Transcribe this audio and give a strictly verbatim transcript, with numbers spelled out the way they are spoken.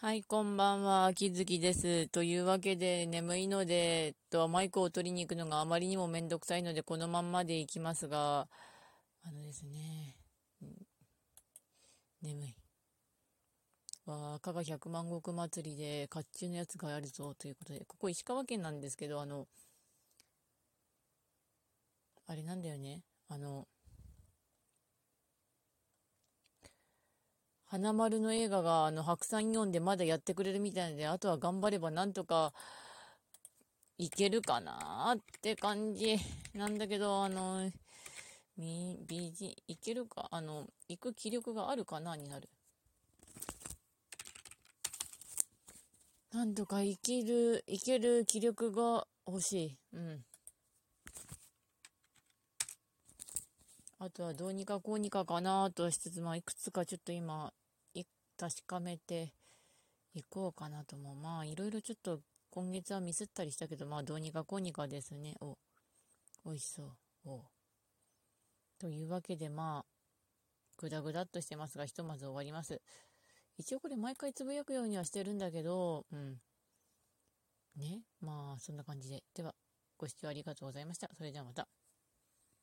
はい、こんばんは、秋月です。というわけで、眠いので、えっと、マイクを取りに行くのがあまりにもめんどくさいので、このまんまで行きますが、あのですね、眠い。わー、加賀百万石祭りで、甲冑のやつがあるぞ、ということで、ここ石川県なんですけど、あの、あれなんだよね、あの、花丸の映画が、あの、白山イオンでまだやってくれるみたいなので、あとは頑張ればなんとかいけるかなーって感じなんだけど、あの、み、ビジ、いけるか、あの、行く気力があるかなになる。なんとか生きる、いける気力が欲しい。うん。あとはどうにかこうにかかなとしつつ、まあ、いくつかちょっと今、い確かめていこうかなとも。まあ、いろいろちょっと今月はミスったりしたけど、まあ、どうにかこうにかですね。お、美味しそう。お。というわけで、まあ、ぐだぐだっとしてますが、ひとまず終わります。一応これ毎回つぶやくようにはしてるんだけど、うん。ね。まあ、そんな感じで。では、ご視聴ありがとうございました。それではまた。